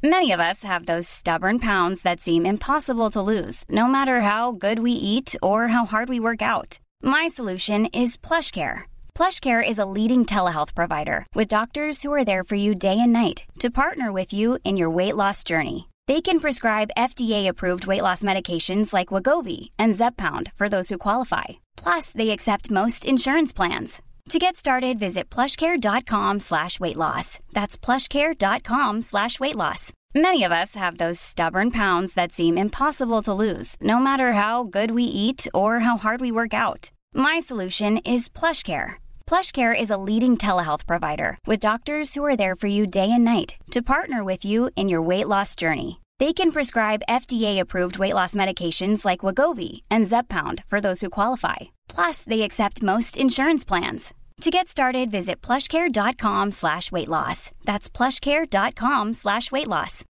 Many of us have those stubborn pounds that seem impossible to lose, no matter how good we eat or how hard we work out. My solution is PlushCare. PlushCare is a leading telehealth provider with doctors who are there for you day and night to partner with you in your weight loss journey. They can prescribe FDA-approved weight loss medications like Wegovy and Zepbound for those who qualify. Plus, they accept most insurance plans. To get started, visit plushcare.com/weightloss. That's plushcare.com/weightloss. Many of us have those stubborn pounds that seem impossible to lose, no matter how good we eat or how hard we work out. My solution is PlushCare. PlushCare is a leading telehealth provider with doctors who are there for you day and night to partner with you in your weight loss journey. They can prescribe FDA-approved weight loss medications like Wegovy and Zepbound for those who qualify. Plus, they accept most insurance plans. To get started, visit plushcare.com/weightloss. That's plushcare.com/weightloss.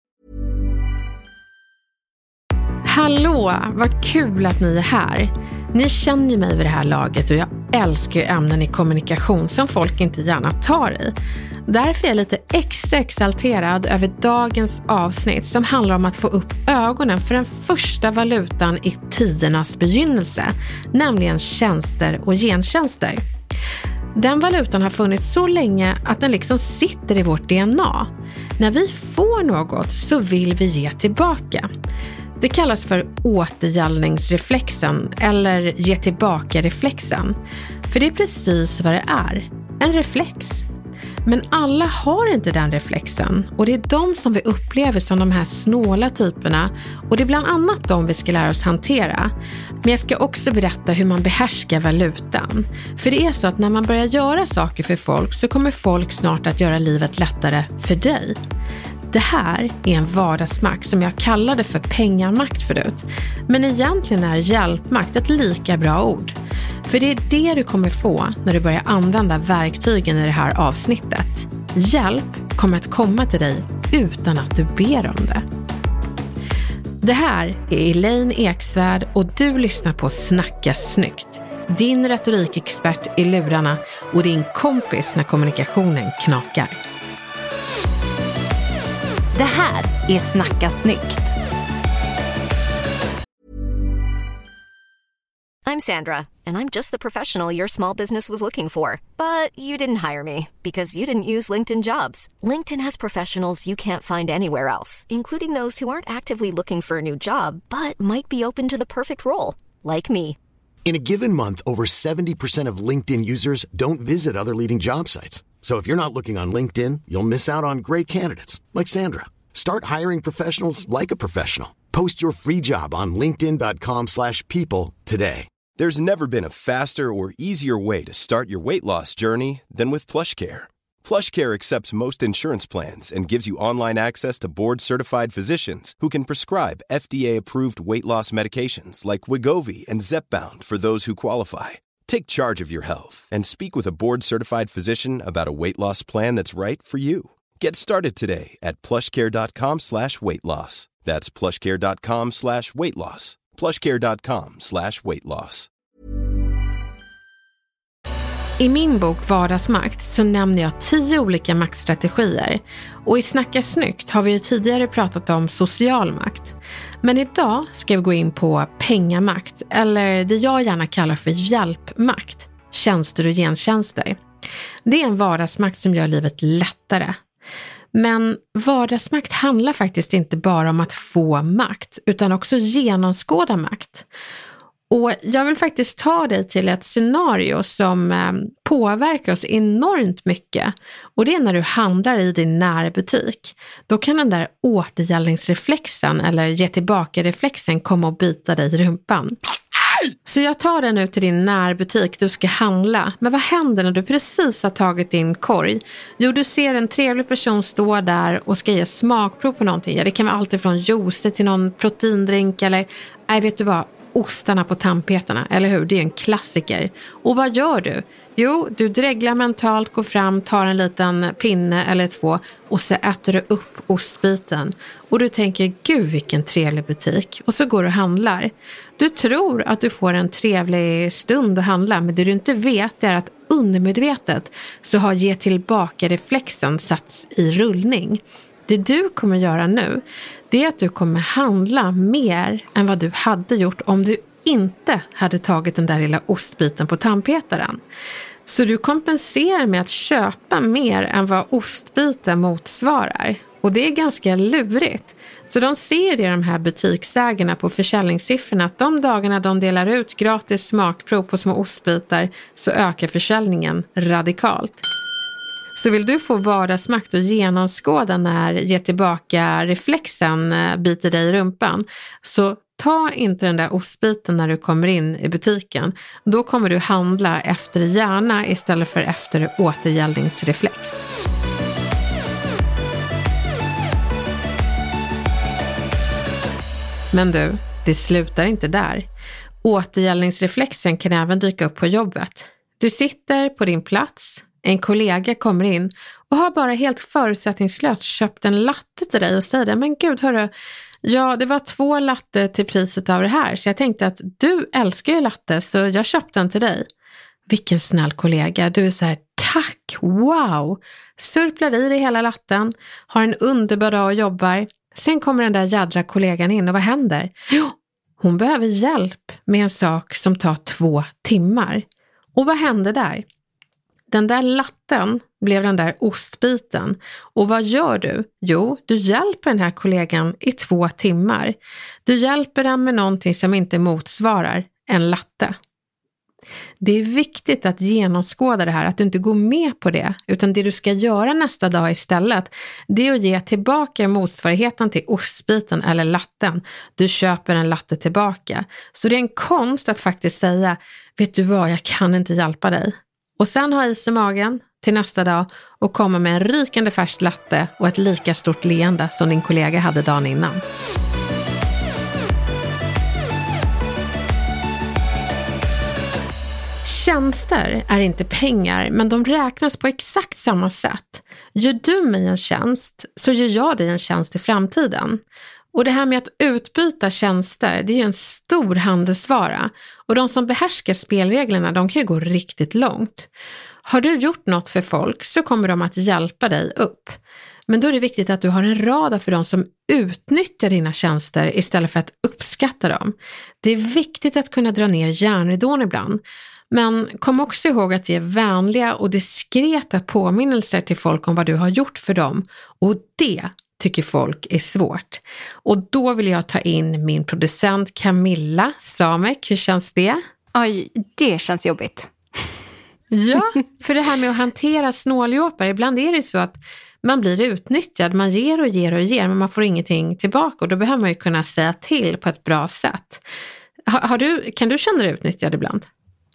Hallå, vad kul att ni är här. Ni känner ju mig vid det här laget och jag älskar ju ämnen i kommunikation som folk inte gärna tar i. Därför är jag lite extra exalterad över dagens avsnitt som handlar om att få upp ögonen för den första valutan i tidernas begynnelse, nämligen tjänster och gentjänster. Den valutan har funnits så länge att den liksom sitter i vårt DNA. När vi får något så vill vi ge tillbaka. Det kallas för återgällningsreflexen eller ge tillbaka-reflexen. För det är precis vad det är, en reflex. Men alla har inte den reflexen och det är de som vi upplever som de här snåla typerna och det är bland annat de vi ska lära oss hantera. Men jag ska också berätta hur man behärskar valutan. För det är så att när man börjar göra saker för folk så kommer folk snart att göra livet lättare för dig. Det här är en vardagsmakt som jag kallade för pengamakt förut. Men egentligen är hjälpmakt ett lika bra ord. För det är det du kommer få när du börjar använda verktygen i det här avsnittet. Hjälp kommer att komma till dig utan att du ber om det. Det här är Elaine Eksvärd och du lyssnar på Snacka snyggt. Din retorikexpert i lurarna och din kompis när kommunikationen knakar. Det här är Snacka snyggt. I'm Sandra, and I'm just the professional your small business was looking for. But you didn't hire me because you didn't use LinkedIn Jobs. LinkedIn has professionals you can't find anywhere else, including those who aren't actively looking for a new job, but might be open to the perfect role, like me. In a given month, over 70% of LinkedIn users don't visit other leading job sites. So if you're not looking on LinkedIn, you'll miss out on great candidates like Sandra. Start hiring professionals like a professional. Post your free job on linkedin.com/people today. There's never been a faster or easier way to start your weight loss journey than with PlushCare. PlushCare accepts most insurance plans and gives you online access to board-certified physicians who can prescribe FDA-approved weight loss medications like Wegovy and Zepbound for those who qualify. Take charge of your health and speak with a board-certified physician about a weight loss plan that's right for you. Get started today at plushcare.com/weightloss. That's plushcare.com/weightloss. plushcare.com/weightloss. I min bok Vardagsmakt så nämner jag 10 olika maktstrategier. Och i Snacka snyggt har vi ju tidigare pratat om social makt. Men idag ska vi gå in på pengamakt, eller det jag gärna kallar för hjälpmakt, tjänster och gentjänster. Det är en vardagsmakt som gör livet lättare. Men vardagsmakt handlar faktiskt inte bara om att få makt, utan också genomskåda makt. Och jag vill faktiskt ta dig till ett scenario som påverkar oss enormt mycket. Och det är när du handlar i din närbutik. Då kan den där återgällningsreflexen eller ge tillbaka-reflexen komma och bita dig i rumpan. Så jag tar dig nu till din närbutik, du ska handla. Men vad händer när du precis har tagit din korg? Jo, du ser en trevlig person stå där och ska ge smakprov på någonting. Ja, det kan vara allt ifrån juice till någon proteindrink eller, nej vet du vad, ostarna på tandpetarna, eller hur? Det är en klassiker. Och vad gör du? Jo, du dreglar mentalt, går fram, tar en liten pinne eller 2 och så äter du upp ostbiten. Och du tänker, gud vilken trevlig butik. Och så går du och handlar. Du tror att du får en trevlig stund att handla, men det du inte vet är att undermedvetet så har ge tillbaka reflexen satts i rullning. Det Det du kommer göra nu, det är att du kommer handla mer än vad du hade gjort om du inte hade tagit den där lilla ostbiten på tandpetaren. Så du kompenserar med att köpa mer än vad ostbiten motsvarar. Och det är ganska lurigt. Så de ser det, de här butiksägarna på försäljningssiffrorna, att de dagarna de delar ut gratis smakprov på små ostbitar så ökar försäljningen radikalt. Så vill du få vardagsmakt och genomskåda när ge tillbaka reflexen biter dig i rumpan, så ta inte den där ostbiten när du kommer in i butiken. Då kommer du handla efter hjärna istället för efter återgällningsreflex. Men du, det slutar inte där. Återgällningsreflexen kan även dyka upp på jobbet. Du sitter på din plats, en kollega kommer in och har bara helt förutsättningslöst köpt en latte till dig och säger: men gud hörru, ja det var 2 latte till priset av det här, så jag tänkte att du älskar ju latte så jag köpte den till dig. Vilken snäll kollega, du är så här: tack, wow, surplar i dig hela latten, har en underbar dag och jobbar. Sen kommer den där jädra kollegan in och vad händer? Jo, hon behöver hjälp med en sak som tar 2 timmar. Och vad hände där? Den där latten blev den där ostbiten. Och vad gör du? Jo, du hjälper den här kollegan i 2 timmar. Du hjälper den med någonting som inte motsvarar en latte. Det är viktigt att genomskåda det här, att du inte går med på det, utan det du ska göra nästa dag istället, det är att ge tillbaka motsvarigheten till ostbiten eller latten. Du köper en latte tillbaka. Så det är en konst att faktiskt säga: vet du vad, jag kan inte hjälpa dig. Och sen ha is i magen till nästa dag och komma med en rykande färsk latte och ett lika stort leende som din kollega hade dagen innan. Tjänster är inte pengar, men de räknas på exakt samma sätt. Gör du mig en tjänst så gör jag dig en tjänst i framtiden. Och det här med att utbyta tjänster, det är ju en stor handelsvara. Och de som behärskar spelreglerna, de kan ju gå riktigt långt. Har du gjort något för folk så kommer de att hjälpa dig upp. Men då är det viktigt att du har en radar för de som utnyttjar dina tjänster istället för att uppskatta dem. Det är viktigt att kunna dra ner järnridån ibland. Men kom också ihåg att ge vänliga och diskreta påminnelser till folk om vad du har gjort för dem. Och det tycker folk är svårt. Och då vill jag ta in min producent Camilla Samek. Hur känns det? Oj, det känns jobbigt. Ja, för det här med att hantera snåljåpar, ibland är det så att man blir utnyttjad, man ger och ger och ger, men man får ingenting tillbaka, och då behöver man ju kunna säga till på ett bra sätt. Kan du känna dig utnyttjad ibland?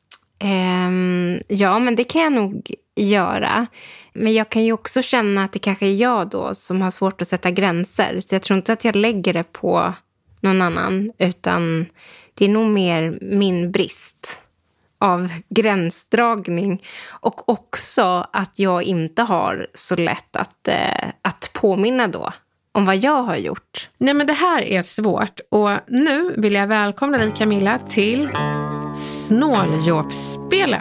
Ja, men det kan jag nog göra. Men jag kan ju också känna att det kanske är jag då som har svårt att sätta gränser. Så jag tror inte att jag lägger det på någon annan, utan det är nog mer min brist av gränsdragning. Och också att jag inte har så lätt att påminna då om vad jag har gjort. Nej, men det här är svårt. Och nu vill jag välkomna dig, Camilla, till snåljåpsspelet.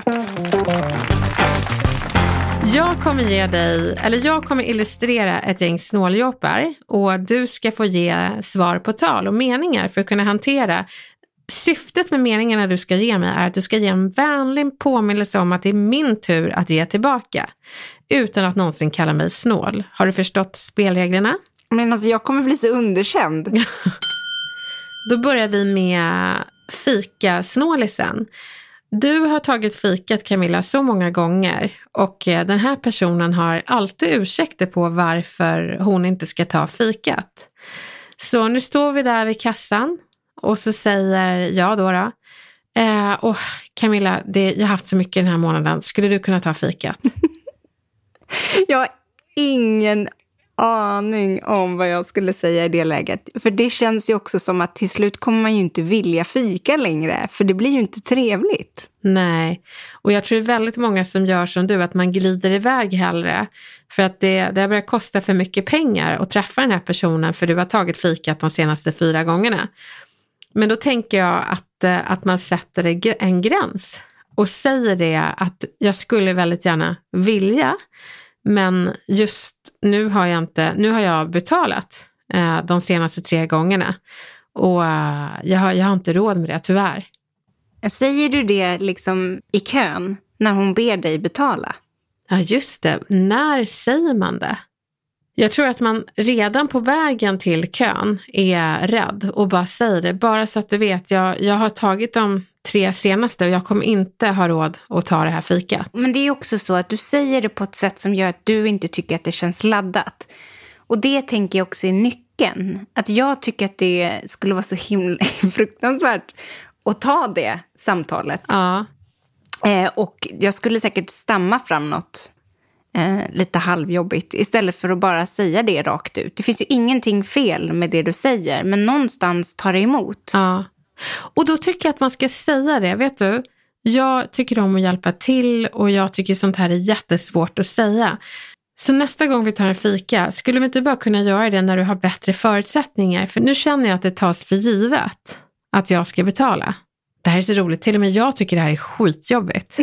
Jag kommer illustrera ett gäng snåljåpar och du ska få ge svar på tal och meningar för att kunna hantera. Syftet med meningarna du ska ge mig är att du ska ge en vänlig påminnelse om att det är min tur att ge tillbaka utan att någonsin kalla mig snål. Har du förstått spelreglerna? Men alltså, jag kommer bli så underkänd. Då börjar vi med fika-snålisen. Du har tagit fikat, Camilla, så många gånger, och den här personen har alltid ursäkter på varför hon inte ska ta fikat. Så nu står vi där vid kassan och så säger jag då Camilla, jag har haft så mycket den här månaden, skulle du kunna ta fikat? Jag har ingen aning om vad jag skulle säga i det läget. För det känns ju också som att till slut kommer man ju inte vilja fika längre. För det blir ju inte trevligt. Nej, och jag tror det är väldigt många som gör som du, att man glider iväg hellre. För att det börjar kosta för mycket pengar att träffa den här personen, för du har tagit fikat de senaste 4 gångerna. Men då tänker jag att man sätter en gräns och säger det att jag skulle väldigt gärna vilja, men just nu har jag betalat de senaste 3 gångerna. Och jag har inte råd med det, tyvärr. Säger du det liksom i kön när hon ber dig betala? Ja, just det. När säger man det? Jag tror att man redan på vägen till kön är rädd och bara säger det. Bara så att du vet, jag har tagit de 3 senaste och jag kommer inte ha råd att ta det här fikat. Men det är också så att du säger det på ett sätt som gör att du inte tycker att det känns laddat. Och det tänker jag också är nyckeln. Att jag tycker att det skulle vara så himla fruktansvärt att ta det samtalet. Ja. Och jag skulle säkert stamma fram något lite halvjobbigt istället för att bara säga det rakt ut. Det finns ju ingenting fel med det du säger, men någonstans tar det emot. Ja. Och då tycker jag att man ska säga det, vet du? Jag tycker om att hjälpa till och jag tycker sånt här är jättesvårt att säga. Så nästa gång vi tar en fika, skulle vi inte bara kunna göra det när du har bättre förutsättningar? För nu känner jag att det tas för givet att jag ska betala. Det här är så roligt, till och med jag tycker det här är skitjobbigt.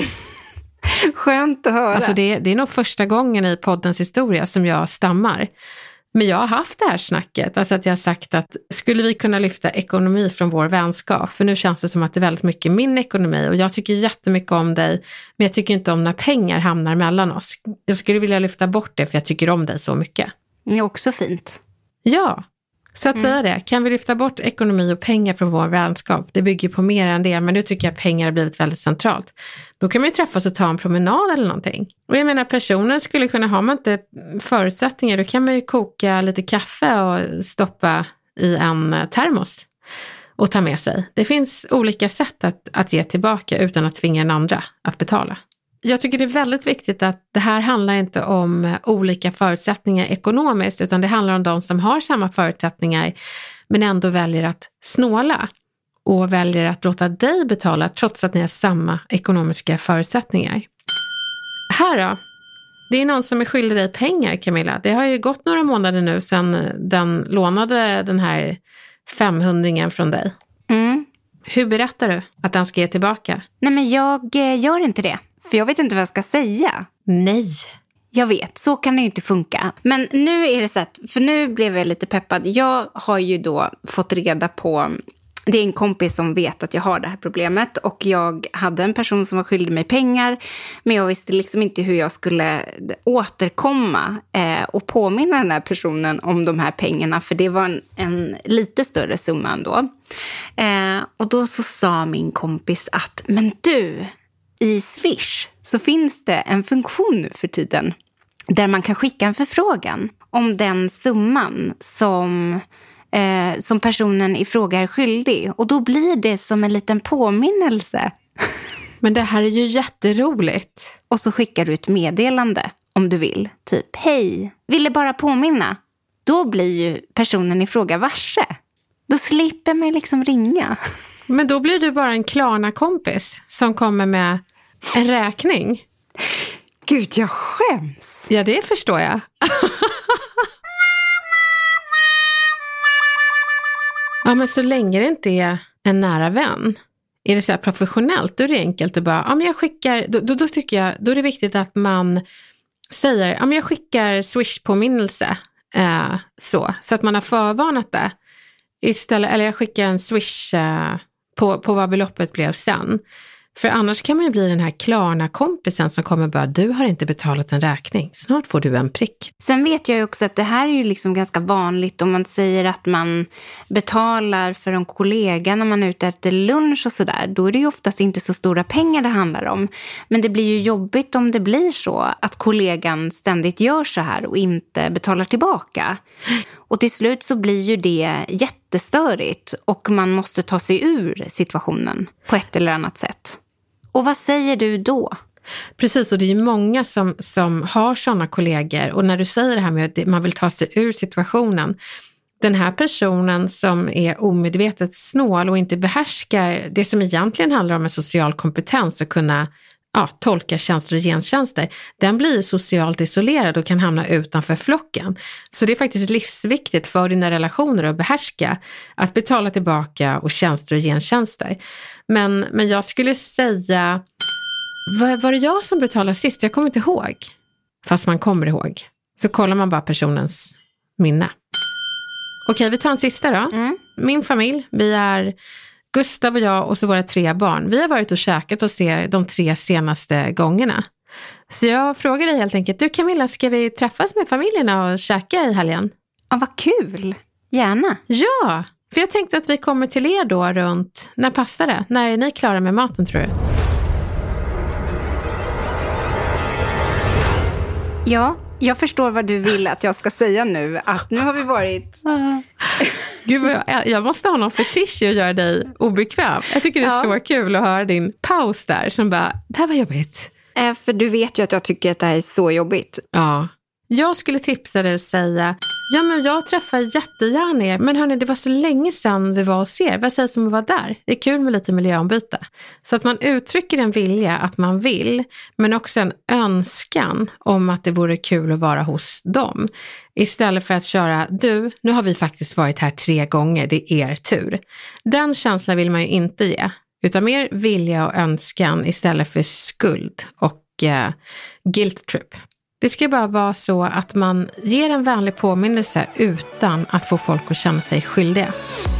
Skönt att höra. Alltså det är nog första gången i poddens historia som jag stammar. Men jag har haft det här snacket, alltså att jag har sagt att skulle vi kunna lyfta ekonomi från vår vänskap? För nu känns det som att det är väldigt mycket min ekonomi och jag tycker jättemycket om dig, men jag tycker inte om när pengar hamnar mellan oss. Jag skulle vilja lyfta bort det för jag tycker om dig så mycket. Det är också fint. Ja, så att säga det. Kan vi lyfta bort ekonomi och pengar från vår vänskap? Det bygger på mer än det, men nu tycker jag att pengar har blivit väldigt centralt. Då kan man ju träffas och ta en promenad eller någonting. Och jag menar, personen skulle kunna, ha man inte förutsättningar, då kan man ju koka lite kaffe och stoppa i en termos och ta med sig. Det finns olika sätt att ge tillbaka utan att tvinga en andra att betala. Jag tycker det är väldigt viktigt att det här handlar inte om olika förutsättningar ekonomiskt, utan det handlar om de som har samma förutsättningar men ändå väljer att snåla och väljer att låta dig betala trots att ni har samma ekonomiska förutsättningar. Här då, det är någon som är skyldig dig pengar, Camilla. Det har ju gått några månader nu sedan den lånade den här 500-ringen från dig. Mm. Hur berättar du att den ska ge tillbaka? Nej, men jag gör inte det. För jag vet inte vad jag ska säga. Nej. Jag vet, så kan det ju inte funka. Men nu är det så att, för nu blev jag lite peppad. Jag har ju då fått reda på, det är en kompis som vet att jag har det här problemet. Och jag hade en person som var skyldig mig pengar. Men jag visste liksom inte hur jag skulle återkomma och påminna den här personen om de här pengarna. För det var en lite större summa ändå. Och då så sa min kompis att, men du, i Swish så finns det en funktion nu för tiden där man kan skicka en förfrågan om den summan som personen i fråga är skyldig. Och då blir det som en liten påminnelse. Men det här är ju jätteroligt. Och så skickar du ett meddelande om du vill. Typ, hej, ville bara påminna. Då blir ju personen i fråga varse. Då slipper man liksom ringa. Men då blir du bara en Klarna-kompis som kommer med en räkning. Gud, jag skäms. Ja, det förstår jag. Ja, men så länge det inte är en nära vän, är det så här professionellt, då är det enkelt att bara, ja men jag skickar, då tycker jag, då är det viktigt att man säger, ja men jag skickar Swish-påminnelse, så att man har förvarnat det. Istället, eller jag skickar en Swish på vad beloppet blev sen. För annars kan man ju bli den här Klarna-kompisen som kommer bara, du har inte betalat en räkning, snart får du en prick. Sen vet jag ju också att det här är ju liksom ganska vanligt om man säger att man betalar för en kollega när man är ute efter lunch och sådär. Då är det ju oftast inte så stora pengar det handlar om. Men det blir ju jobbigt om det blir så att kollegan ständigt gör så här och inte betalar tillbaka. Och till slut så blir ju det jättestörigt och man måste ta sig ur situationen på ett eller annat sätt. Och vad säger du då? Precis, och det är ju många som har sådana kollegor. Och när du säger det här med att man vill ta sig ur situationen, den här personen som är omedvetet snål och inte behärskar det som egentligen handlar om en social kompetens att kunna tolka tjänster och gentjänster, den blir socialt isolerad och kan hamna utanför flocken. Så det är faktiskt livsviktigt för dina relationer att behärska, att betala tillbaka och tjänster och gentjänster. Men jag skulle säga, var det jag som betalade sist? Jag kommer inte ihåg. Fast man kommer ihåg. Så kollar man bara personens minne. Okej, vi tar en sista då. Min familj, vi är Gustav och jag och så våra 3 barn. Vi har varit och käkat hos er de 3 senaste gångerna. Så jag frågar dig helt enkelt, du Camilla, ska vi träffas med familjerna och käka i helgen? Ja, vad kul. Gärna. Ja, för jag tänkte att vi kommer till er då runt, när passar det? När är ni klara med maten, tror du? Ja, jag förstår vad du vill att jag ska säga nu. Att nu har vi varit... Gud, jag måste ha någon fetisch att göra dig obekväm. Jag tycker det är så kul att höra din paus där som bara, det här var jobbigt. För du vet ju att jag tycker att det här är så jobbigt. Ja. Jag skulle tipsa dig och säga, ja men jag träffar jättegärna er, men hörni, det var så länge sedan vi var hos er. Vad sägs om att vara där? Det är kul med lite miljöombyte. Så att man uttrycker en vilja att man vill, men också en önskan om att det vore kul att vara hos dem. Istället för att köra, du, nu har vi faktiskt varit här 3 gånger, det är er tur. Den känslan vill man ju inte ge, utan mer vilja och önskan istället för skuld och guilt trip. Det ska bara vara så att man ger en vänlig påminnelse utan att få folk att känna sig skyldiga.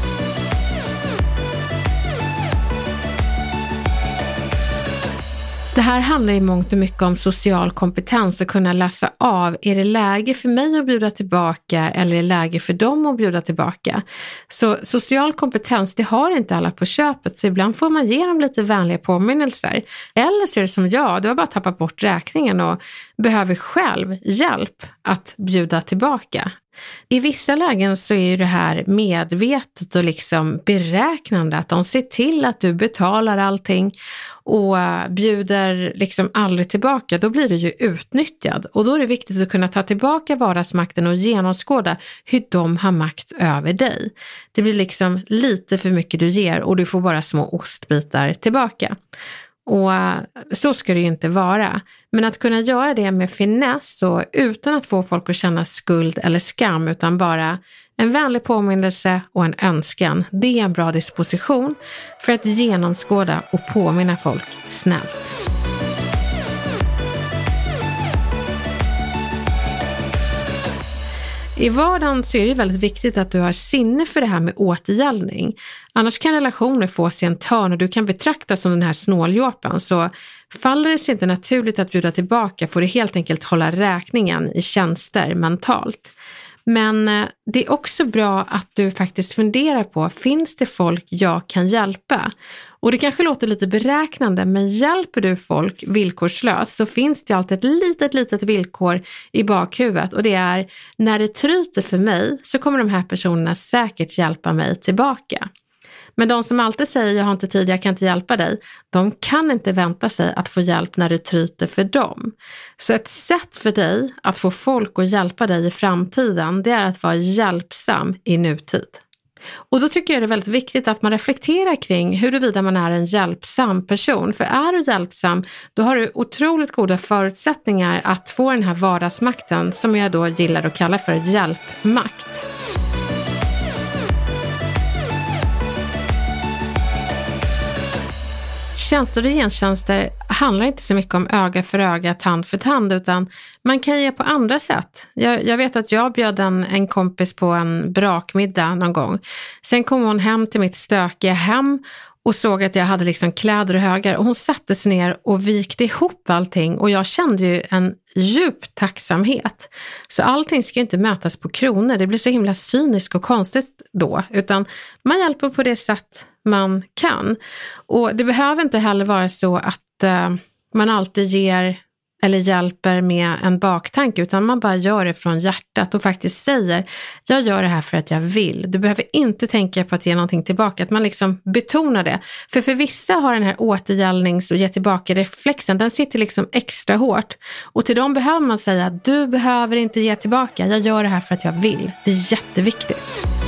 Det här handlar i mångt och mycket om social kompetens och kunna läsa av. Är det läge för mig att bjuda tillbaka eller är det läge för dem att bjuda tillbaka? Så social kompetens, det har inte alla på köpet. Så ibland får man ge dem lite vänliga påminnelser. Eller så är det som jag, du har bara tappat bort räkningen och behöver själv hjälp att bjuda tillbaka. I vissa lägen så är det här medvetet och liksom beräknande, att de ser till att du betalar allting och bjuder liksom aldrig tillbaka. Då blir du ju utnyttjad och då är det viktigt att kunna ta tillbaka vardagsmakten och genomskåda hur de har makt över dig. Det blir liksom lite för mycket du ger och du får bara små ostbitar tillbaka. Och så ska det ju inte vara. Men att kunna göra det med finess och utan att få folk att känna skuld eller skam, utan bara en vänlig påminnelse och en önskan. Det är en bra disposition för att genomskåda och påminna folk snällt. I vardagen så är det väldigt viktigt att du har sinne för det här med återgäldning. Annars kan relationer få sig en törn och du kan betraktas som den här snåljåpan. Så faller det sig inte naturligt att bjuda tillbaka får du helt enkelt hålla räkningen i tjänster mentalt. Men det är också bra att du faktiskt funderar på, finns det folk jag kan hjälpa? Och det kanske låter lite beräknande, men hjälper du folk villkorslöst så finns det alltid ett litet villkor i bakhuvudet. Och det är, när det tryter för mig så kommer de här personerna säkert hjälpa mig tillbaka. Men de som alltid säger jag har inte tid, jag kan inte hjälpa dig, de kan inte vänta sig att få hjälp när det tryter för dem. Så ett sätt för dig att få folk att hjälpa dig i framtiden, det är att vara hjälpsam i nutid. Och då tycker jag det är väldigt viktigt att man reflekterar kring huruvida man är en hjälpsam person. För är du hjälpsam, då har du otroligt goda förutsättningar att få den här vardagsmakten som jag då gillar att kalla för hjälpmakt. Tjänster och gentjänster handlar inte så mycket om öga för öga, tand för tand, utan man kan ge på andra sätt. Jag vet att jag bjöd en kompis på en brakmiddag någon gång. Sen kom hon hem till mitt stökiga hem och såg att jag hade liksom kläder och högar. Och hon satte sig ner och vikte ihop allting. Och jag kände ju en djup tacksamhet. Så allting ska inte mätas på kronor. Det blir så himla cyniskt och konstigt då. Utan man hjälper på det sätt man kan. Och det behöver inte heller vara så att man alltid ger eller hjälper med en baktanke, utan man bara gör det från hjärtat och faktiskt säger, jag gör det här för att jag vill. Du behöver inte tänka på att ge någonting tillbaka, att man liksom betonar det. För vissa har den här återgällnings- och ge tillbaka-reflexen, den sitter liksom extra hårt. Och till dem behöver man säga, du behöver inte ge tillbaka, jag gör det här för att jag vill. Det är jätteviktigt.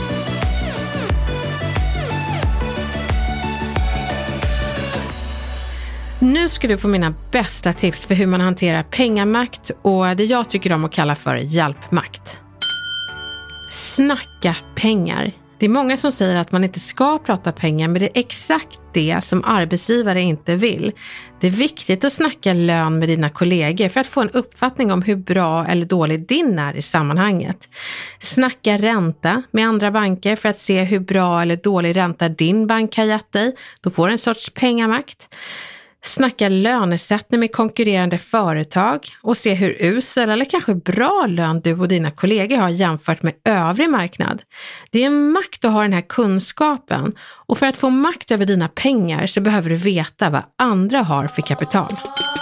Nu ska du få mina bästa tips för hur man hanterar pengamakt och det jag tycker om att kalla för hjälpmakt. Snacka pengar. Det är många som säger att man inte ska prata pengar, men det är exakt det som arbetsgivare inte vill. Det är viktigt att snacka lön med dina kollegor för att få en uppfattning om hur bra eller dålig din är i sammanhanget. Snacka ränta med andra banker för att se hur bra eller dålig ränta din bank har gett dig. Då får du en sorts pengamakt. Snacka lönesättning med konkurrerande företag och se hur usel eller kanske bra lön du och dina kollegor har jämfört med övrig marknad. Det är en makt att ha den här kunskapen, och för att få makt över dina pengar så behöver du veta vad andra har för kapital.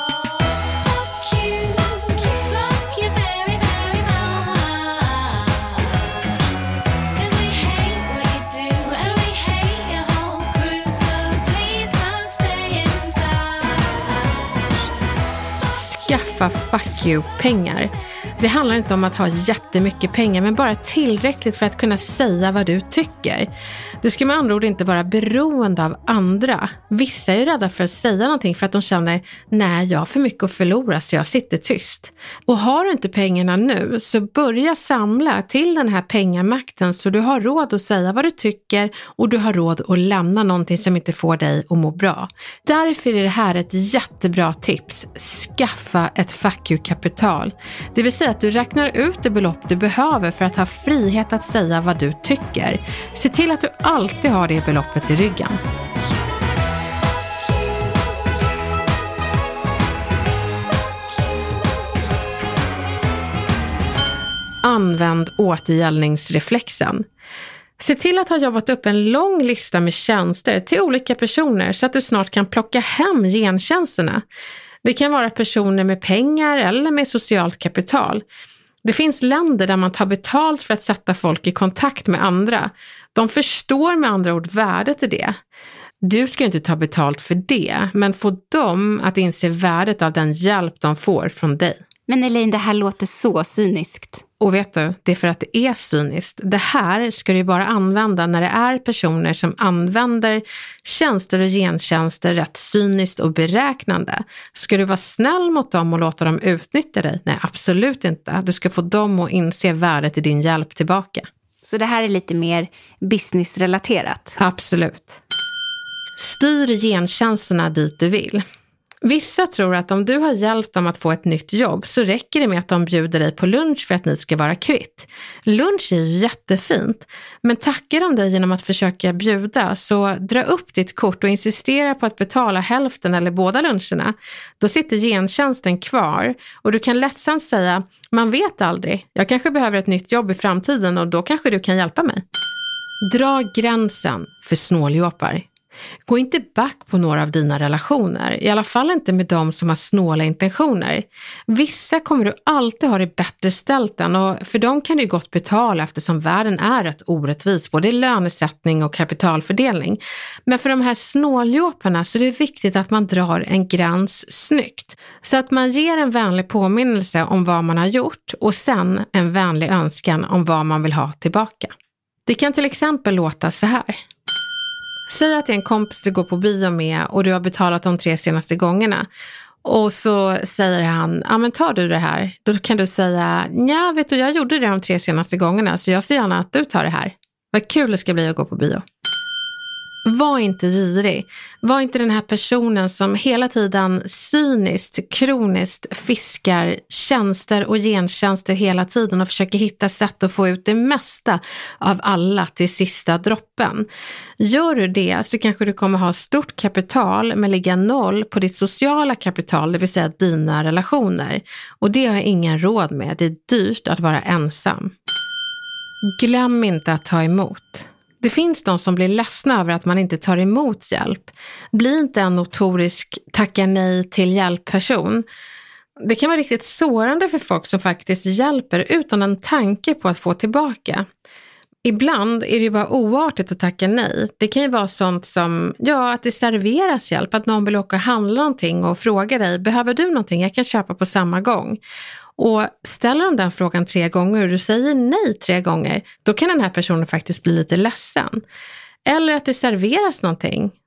Skaffa fuck you-pengar. Det handlar inte om att ha jättemycket pengar, men bara tillräckligt för att kunna säga vad du tycker. Du ska med andra ord inte vara beroende av andra. Vissa är ju rädda för att säga någonting för att de känner, nej, jag har för mycket att förlora så jag sitter tyst. Och har du inte pengarna nu, så börja samla till den här pengamakten så du har råd att säga vad du tycker och du har råd att lämna någonting som inte får dig att må bra. Därför är det här ett jättebra tips. Skaffa ett fuck you-kapital. Det vill säga att du räknar ut det belopp du behöver för att ha frihet att säga vad du tycker. Se till att du alltid har det beloppet i ryggen. Använd återgällningsreflexen. Se till att ha jobbat upp en lång lista med tjänster till olika personer så att du snart kan plocka hem gentjänsterna. Det kan vara personer med pengar eller med socialt kapital. Det finns länder där man tar betalt för att sätta folk i kontakt med andra. De förstår med andra ord värdet i det. Du ska inte ta betalt för det, men få dem att inse värdet av den hjälp de får från dig. Men Elaine, det här låter så cyniskt. Och vet du, det är för att det är cyniskt. Det här ska du bara använda när det är personer som använder tjänster och gentjänster rätt cyniskt och beräknande. Ska du vara snäll mot dem och låta dem utnyttja dig? Nej, absolut inte. Du ska få dem att inse värdet i din hjälp tillbaka. Så det här är lite mer businessrelaterat? Absolut. Styr gentjänsterna dit du vill. Vissa tror att om du har hjälpt dem att få ett nytt jobb så räcker det med att de bjuder dig på lunch för att ni ska vara kvitt. Lunch är ju jättefint, men tackar de dig genom att försöka bjuda, så dra upp ditt kort och insistera på att betala hälften eller båda luncherna. Då sitter gentjänsten kvar och du kan lättsamt säga, man vet aldrig, jag kanske behöver ett nytt jobb i framtiden och då kanske du kan hjälpa mig. Dra gränsen för snåljåpar. Gå inte back på några av dina relationer, i alla fall inte med de som har snåla intentioner. Vissa kommer du alltid ha det bättre ställt än, och för dem kan du gott betala eftersom världen är rätt orättvis, både lönesättning och kapitalfördelning. Men för de här snåljåparna så är det viktigt att man drar en gräns snyggt, så att man ger en vänlig påminnelse om vad man har gjort och sen en vänlig önskan om vad man vill ha tillbaka. Det kan till exempel låta så här. Säg att det är en kompis du går på bio med och du har betalat de 3 senaste gångerna. Och så säger han, ja men tar du det här? Då kan du säga, ja vet du, jag gjorde det de 3 senaste gångerna så jag ser gärna att du tar det här. Vad kul det ska bli att gå på bio. Var inte girig. Var inte den här personen som hela tiden cyniskt, kroniskt fiskar tjänster och gentjänster hela tiden och försöker hitta sätt att få ut det mesta av alla till sista droppen. Gör du det så kanske du kommer ha stort kapital men ligga 0 på ditt sociala kapital, det vill säga dina relationer. Och det har jag ingen råd med. Det är dyrt att vara ensam. Glöm inte att ta emot. Det finns de som blir ledsna över att man inte tar emot hjälp. Bli inte en notorisk tacka nej till hjälpperson. Det kan vara riktigt sårande för folk som faktiskt hjälper utan en tanke på att få tillbaka. Ibland är det ju bara oartigt att tacka nej. Det kan ju vara sånt som, ja, att det serveras hjälp, att någon vill åka och handla någonting och fråga dig, behöver du någonting? Jag kan köpa på samma gång. Och ställer de den frågan 3 gånger och du säger nej 3 gånger, då kan den här personen faktiskt bli lite ledsen. Eller att det serveras någonting.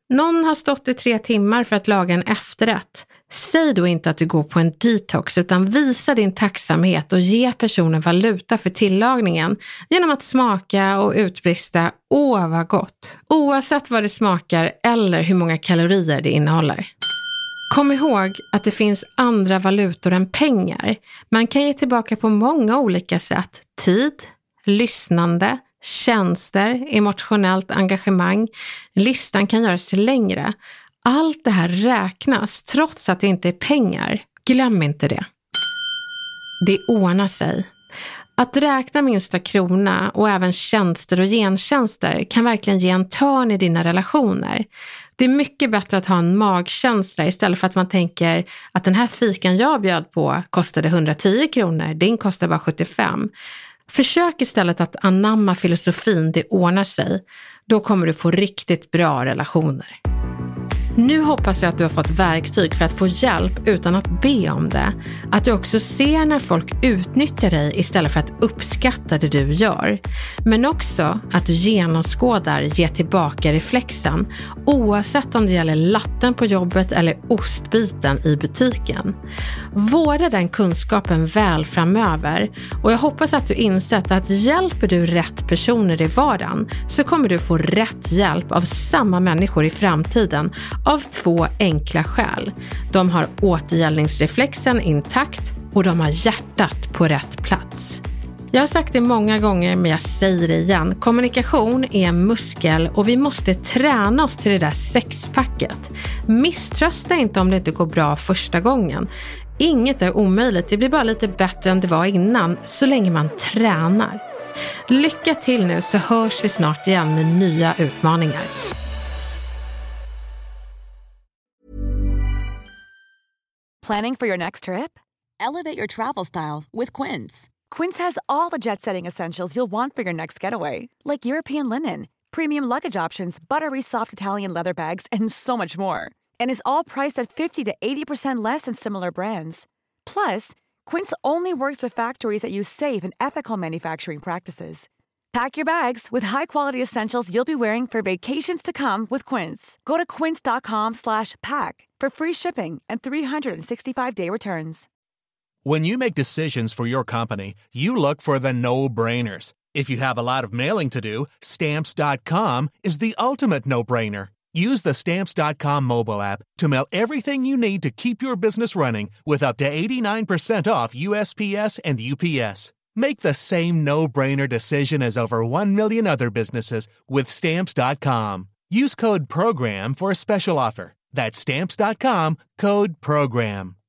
Någon har stått i 3 timmar för att laga en efterrätt. Säg då inte att du går på en detox utan visa din tacksamhet och ge personen valuta för tillagningen genom att smaka och utbrista åh vad gott, oavsett vad det smakar eller hur många kalorier det innehåller. Kom ihåg att det finns andra valutor än pengar. Man kan ge tillbaka på många olika sätt. Tid, lyssnande, tjänster, emotionellt engagemang. Listan kan göras längre. Allt det här räknas trots att det inte är pengar. Glöm inte det. Det ordnar sig. Att räkna minsta krona och även tjänster och gentjänster kan verkligen ge en törn i dina relationer. Det är mycket bättre att ha en magkänsla istället för att man tänker att den här fikan jag bjöd på kostade 110 kronor, din kostar bara 75. Försök istället att anamma filosofin det ordnar sig. Då kommer du få riktigt bra relationer. Nu hoppas jag att du har fått verktyg för att få hjälp utan att be om det. Att du också ser när folk utnyttjar dig istället för att uppskatta det du gör. Men också att du genomskådar ge tillbaka reflexen oavsett om det gäller latten på jobbet eller ostbiten i butiken. Vårda den kunskapen väl framöver och jag hoppas att du insett att hjälper du rätt personer i vardagen så kommer du få rätt hjälp av samma människor i framtiden av 2 enkla skäl. De har återgällningsreflexen intakt och de har hjärtat på rätt plats. Jag har sagt det många gånger men jag säger det igen. Kommunikation är en muskel och vi måste träna oss till det där sexpacket. Misströsta inte om det inte går bra första gången. Inget är omöjligt, det blir bara lite bättre än det var innan så länge man tränar. Lycka till nu så hörs vi snart igen med nya utmaningar. Planning for your next trip? Elevate your travel style with Quince. Quince has all the jet-setting essentials you'll want for your next getaway, like European linen, premium luggage options, buttery soft Italian leather bags, and so much more. And is all priced at 50 to 80% less than similar brands. Plus, Quince only works with factories that use safe and ethical manufacturing practices. Pack your bags with high-quality essentials you'll be wearing for vacations to come with Quince. Go to quince.com/pack for free shipping and 365-day returns. When you make decisions for your company, you look for the no-brainers. If you have a lot of mailing to do, Stamps.com is the ultimate no-brainer. Use the Stamps.com mobile app to mail everything you need to keep your business running with up to 89% off USPS and UPS. Make the same no-brainer decision as over 1 million other businesses with Stamps.com. Use code PROGRAM for a special offer. That's Stamps.com, code PROGRAM.